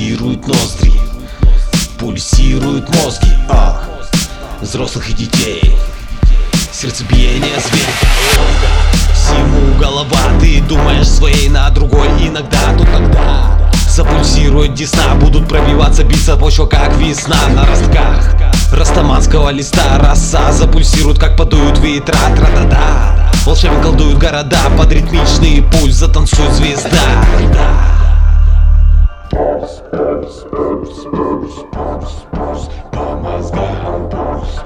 пульсируют ноздри, пульсируют мозги взрослых и детей. Сердцебиение зверя, всему голова. Ты думаешь своей на другой, иногда, то тогда запульсирует десна, будут пробиваться, биться почва, как весна на ростках растаманского листа. Роса запульсирует, как подуют ветра, тра-та-та. Волшебно колдуют города, под ритмичный пульс затанцует звезда. По мозгам пульс.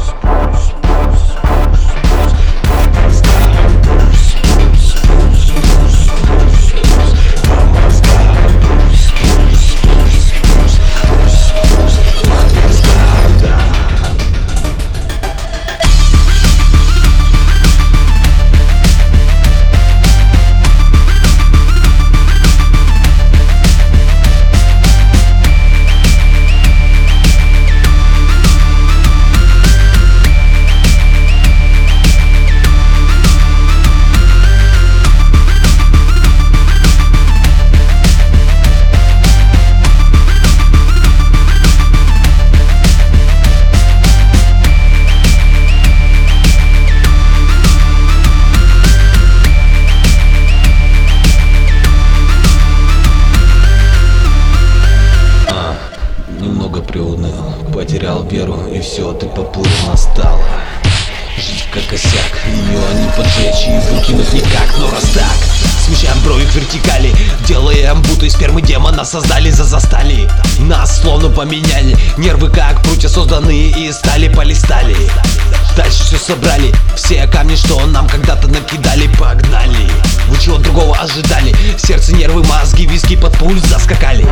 Потерял веру, и все, ты поплыл, настала жить как косяк, ее не поджечь и выкинуть никак. Но раз так, смещаем брови к вертикали, делаем будто из спермы демона создали, застали. Нас словно поменяли, нервы как прутья созданные из стали, полистали. Дальше все собрали, все камни, что нам когда-то накидали, погнали. Вы чего другого ожидали? Сердце, нервы, мозги, виски под пульс заскакали.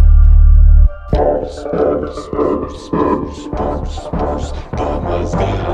По мозгам.